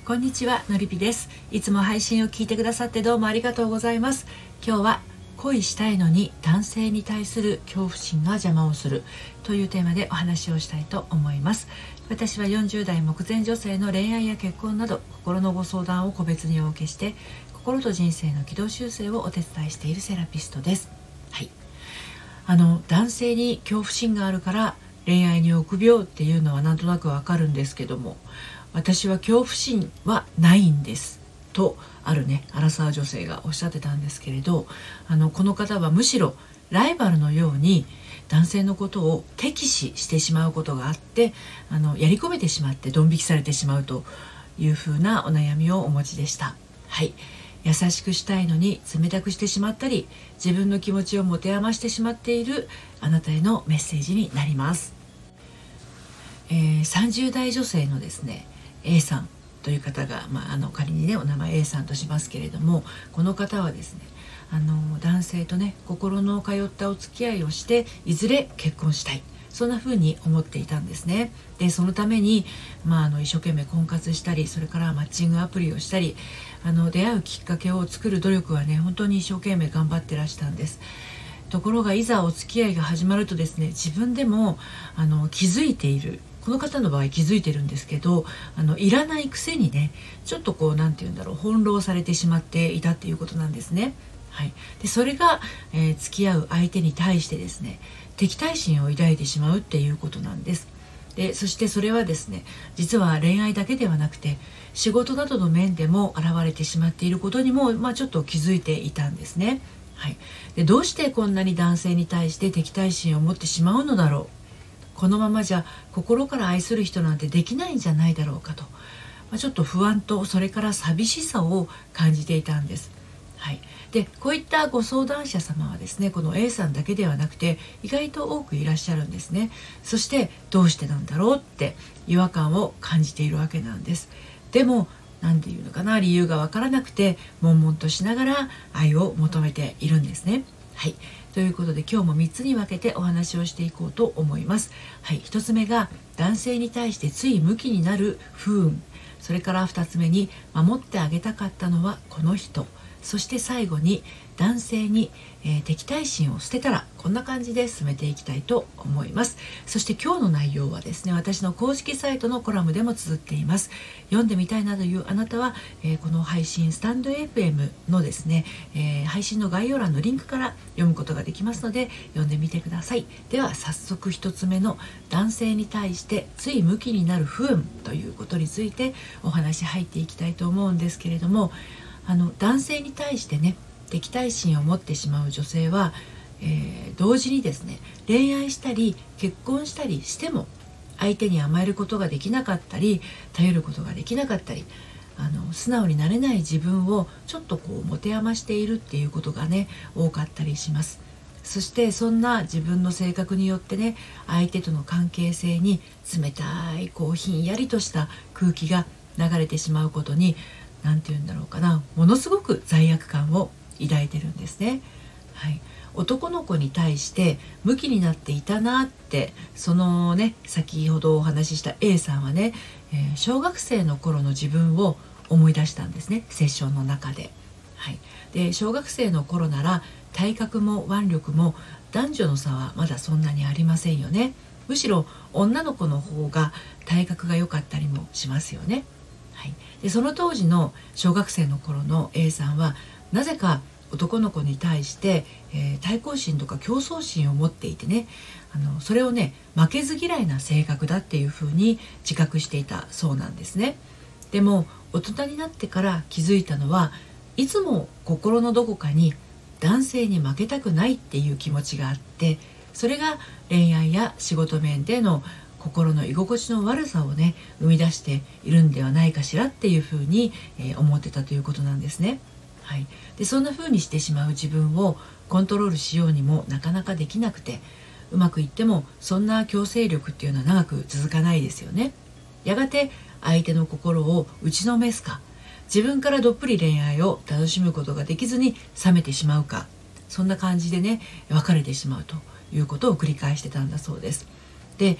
こんにちは、のりぴです。いつも配信を聞いてくださってどうもありがとうございます。今日は恋したいのに男性に対する恐怖心が邪魔をするというテーマでお話をしたいと思います。私は40代目前女性の恋愛や結婚など心のご相談を個別にお受けして、心と人生の軌道修正をお手伝いしているセラピストです。はい、男性に恐怖心があるから恋愛に臆病っていうのはなんとなくわかるんですけども、私は恐怖心はないんですとあるねアラサー女性がおっしゃってたんですけれど、この方はむしろライバルのように男性のことを敵視してしまうことがあって、やり込めてしまってドン引きされてしまうというふうなお悩みをお持ちでした。はい、優しくしたいのに冷たくしてしまったり、自分の気持ちを持て余してしまっているあなたへのメッセージになります。30代女性のですね A さんという方が、仮にねお名前 A さんとしますけれども、この方はですね男性とね心の通ったお付き合いをしていずれ結婚したい、そんな風に思っていたんですね。でそのために、一生懸命婚活したり、それからマッチングアプリをしたり、出会うきっかけを作る努力はね本当に一生懸命頑張ってらしたんです。ところがいざお付き合いが始まるとですね、自分でも気づいている、この方の場合気づいてるんですけど、いらないくせにねちょっとなんて言うんだろう、翻弄されてしまっていたっていうことなんですね。はい、でそれが、付き合う相手に対してですね敵対心を抱いてしまうっていうことなんです。でそしてそれはですね、実は恋愛だけではなくて仕事などの面でも現れてしまっていることにも、ちょっと気づいていたんですね。はい、でどうしてこんなに男性に対して敵対心を持ってしまうのだろう、このままじゃ心から愛する人なんてできないんじゃないだろうかと、ちょっと不安とそれから寂しさを感じていたんです。はい、でこういったご相談者様はですね、この A さんだけではなくて意外と多くいらっしゃるんですね。そしてどうしてなんだろうって違和感を感じているわけなんです。でも何て言うのかな、理由が分からなくて悶々としながら愛を求めているんですね。はい、ということで今日も3つに分けてお話をしていこうと思います。はい、1つ目が男性に対してついムキになる不運、それから2つ目に守ってあげたかったのはこの人、そして最後に男性に、敵対心を捨てたら、こんな感じで進めていきたいと思います。そして今日の内容はですね、私の公式サイトのコラムでも綴っています。読んでみたいなというあなたは、この配信スタンド FM のですね、配信の概要欄のリンクから読むことができますので読んでみてください。では早速1つ目の男性に対してついムキになる不運ということについてお話入っていきたいと思うんですけれども、男性に対してね敵対心を持ってしまう女性は、同時にですね恋愛したり結婚したりしても相手に甘えることができなかったり、頼ることができなかったり、素直になれない自分をちょっと持て余しているっていうことがね多かったりします。そしてそんな自分の性格によってね、相手との関係性に冷たいひんやりとした空気が流れてしまうことに、なんて言うんだろうかな、ものすごく罪悪感を抱いてるんですね。はい、男の子に対してムキになっていたなって、そのね先ほどお話しした A さんはね、小学生の頃の自分を思い出したんですね、セッションの中で。はい、で小学生の頃なら体格も腕力も男女の差はまだそんなにありませんよね。むしろ女の子の方が体格が良かったりもしますよね。はい、でその当時の小学生の頃の A さんはなぜか男の子に対して、対抗心とか競争心を持っていてね、それをね負けず嫌いな性格だっていうふうに自覚していたそうなんですね。でも大人になってから気づいたのは、いつも心のどこかに男性に負けたくないっていう気持ちがあって、それが恋愛や仕事面での心の居心地の悪さをね生み出しているんではないかしらっていうふうに、思ってたということなんですね。はい、でそんな風にしてしまう自分をコントロールしようにもなかなかできなくて、うまくいってもそんな強制力っていうのは長く続かないですよね。やがて相手の心を打ちのめすか、自分からどっぷり恋愛を楽しむことができずに冷めてしまうか、そんな感じでね別れてしまうということを繰り返してたんだそうです。で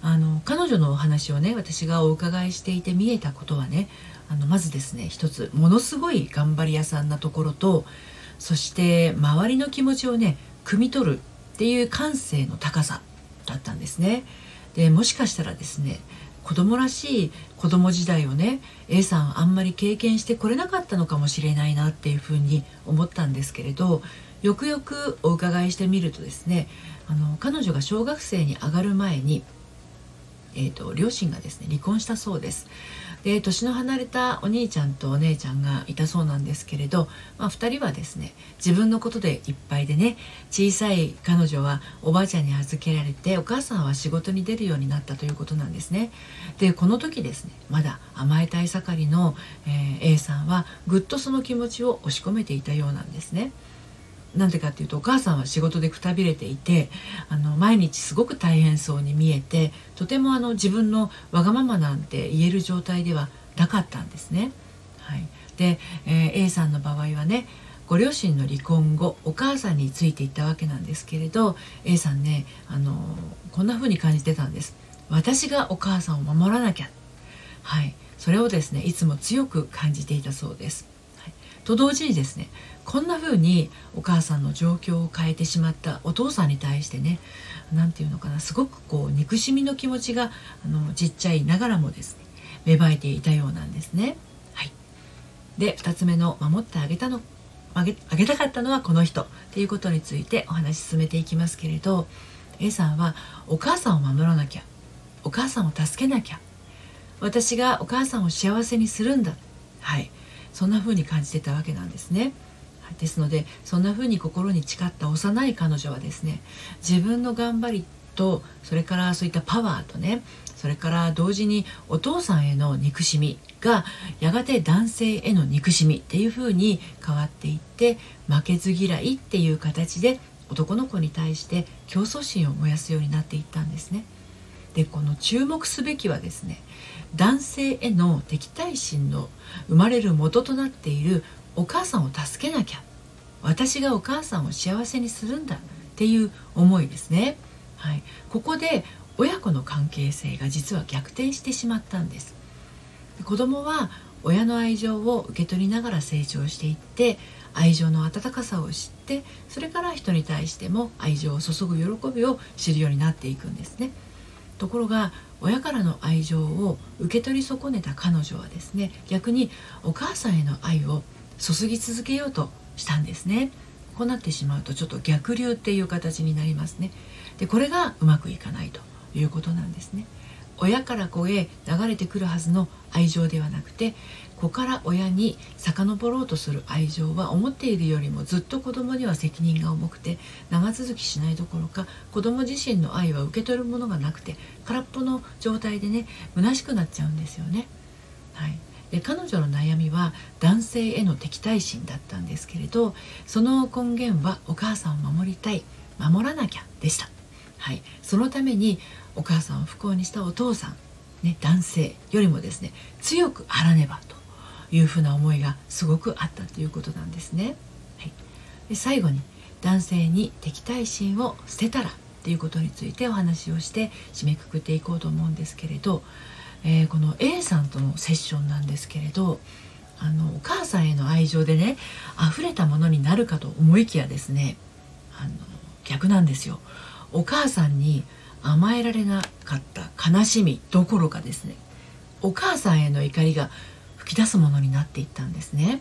彼女のお話をね私がお伺いしていて見えたことはね、まずですね一つものすごい頑張り屋さんなところと、そして周りの気持ちをね汲み取るっていう感性の高さだったんですね。でもしかしたらですね、子供らしい子供時代をね A さんあんまり経験してこれなかったのかもしれないなっていうふうに思ったんですけれど、よくよくお伺いしてみるとですね、彼女が小学生に上がる前に、両親がですね離婚したそうです。で年の離れたお兄ちゃんとお姉ちゃんがいたそうなんですけれど、2人はですね自分のことでいっぱいでね、小さい彼女はおばあちゃんに預けられて、お母さんは仕事に出るようになったということなんですね。でこの時ですねまだ甘えたい盛りの、A さんはぐっとその気持ちを押し込めていたようなんですね。なんでかっていうと、お母さんは仕事でくたびれていて、毎日すごく大変そうに見えて、とても自分のわがままなんて言える状態ではなかったんですね。はい、で、A さんの場合はね、ご両親の離婚後お母さんについていったわけなんですけれど、 A さんねこんな風に感じてたんです。私がお母さんを守らなきゃ。はい、それをですねいつも強く感じていたそうです。はい、と同時にですね、こんな風にお母さんの状況を変えてしまったお父さんに対してね、なんていうのかな、すごくこう憎しみの気持ちがちっちゃいながらもですね芽生えていたようなんですね。はい、で2つ目の守ってあげたかったのはこの人っていうことについてお話し進めていきますけれど、 A さんはお母さんを守らなきゃ、お母さんを助けなきゃ、私がお母さんを幸せにするんだ、はい、そんな風に感じてたわけなんですね。ですのでそんな風に心に誓った幼い彼女はですね、自分の頑張りと、それからそういったパワーとね、それから同時にお父さんへの憎しみがやがて男性への憎しみっていう風に変わっていって、負けず嫌いっていう形で男の子に対して競争心を燃やすようになっていったんですね。でこの注目すべきはですね、男性への敵対心の生まれる元となっているお母さんを助けなきゃ、私がお母さんを幸せにするんだっていう思いですね。はい、ここで親子の関係性が実は逆転してしまったんです。子供は親の愛情を受け取りながら成長していって、愛情の温かさを知って、それから人に対しても愛情を注ぐ喜びを知るようになっていくんですね。ところが親からの愛情を受け取り損ねた彼女はですね、逆にお母さんへの愛を注ぎ続けようとしたんですね。こうなってしまうとちょっと逆流っていう形になりますね。でこれがうまくいかないということなんですね。親から子へ流れてくるはずの愛情ではなくて、子から親に遡ろうとする愛情は思っているよりもずっと子供には責任が重くて長続きしないどころか、子供自身の愛は受け取るものがなくて空っぽの状態でね、虚しくなっちゃうんですよね。はい、で彼女の悩みは男性への敵対心だったんですけれど、その根源はお母さんを守りたい、守らなきゃでした。はい、そのためにお母さんを不幸にしたお父さん、ね、男性よりもですね強くあらねばというふうな思いがすごくあったということなんですね。はい、で最後に男性に敵対心を捨てたらということについてお話をして締めくくっていこうと思うんですけれど、この A さんとのセッションなんですけれど、お母さんへの愛情でね溢れたものになるかと思いきやですね、逆なんですよ。お母さんに甘えられなかった悲しみどころかですね、お母さんへの怒りが吹き出すものになっていったんですね。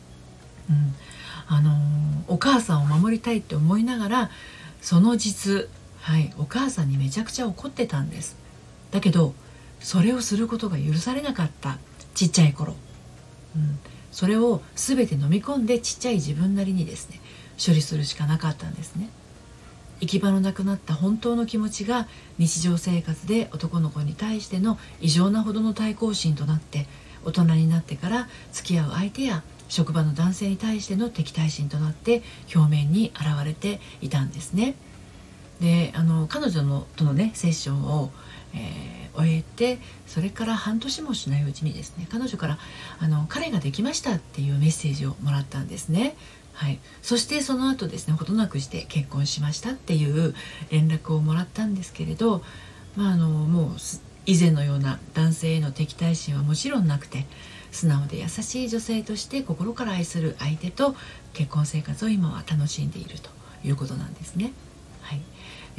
お母さんを守りたいって思いながら、その実、はい、お母さんにめちゃくちゃ怒ってたんです。だけどそれをすることが許されなかったちっちゃい頃、それを全て飲み込んでちっちゃい自分なりにですね処理するしかなかったんですね。行き場のなくなった本当の気持ちが日常生活で男の子に対しての異常なほどの対抗心となって、大人になってから付き合う相手や職場の男性に対しての敵対心となって表面に現れていたんですね。で彼女とのねセッションを、終えて、それから半年もしないうちにですね、彼女から彼ができましたっていうメッセージをもらったんですね。はい、そしてその後ですね、ほどなくして結婚しましたっていう連絡をもらったんですけれど、 もう以前のような男性への敵対心はもちろんなくて、素直で優しい女性として心から愛する相手と結婚生活を今は楽しんでいるということなんですね。はい、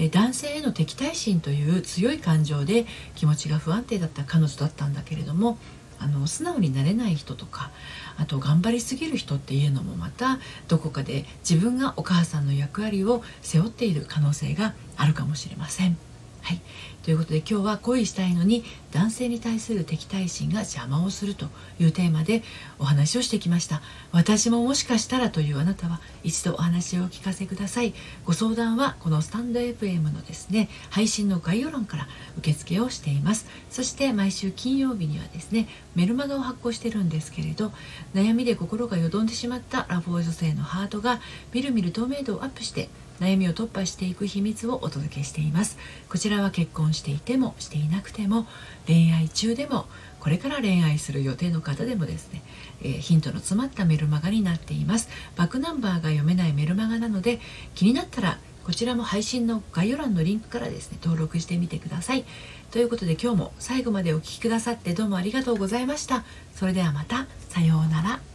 男性への敵対心という強い感情で気持ちが不安定だった彼女だったんだけれども、素直になれない人とか、あと頑張りすぎる人っていうのもまたどこかで自分がお母さんの役割を背負っている可能性があるかもしれません。はい、ということで今日は恋したいのに男性に対する敵対心が邪魔をするというテーマでお話をしてきました。私ももしかしたらというあなたは一度お話をお聞かせください。ご相談はこのスタンド FM のですね配信の概要欄から受付をしています。そして毎週金曜日にはですねメルマガを発行してるんですけれど、悩みで心がよどんでしまったラフォー女性のハートがみるみる透明度をアップして悩みを突破していく秘密をお届けしています。こちらは結婚していてもしていなくても、恋愛中でもこれから恋愛する予定の方でもですね、ヒントの詰まったメルマガになっています。バックナンバーが読めないメルマガなので、気になったらこちらも配信の概要欄のリンクからですね登録してみてください。ということで今日も最後までお聞きくださってどうもありがとうございました。それではまた、さようなら。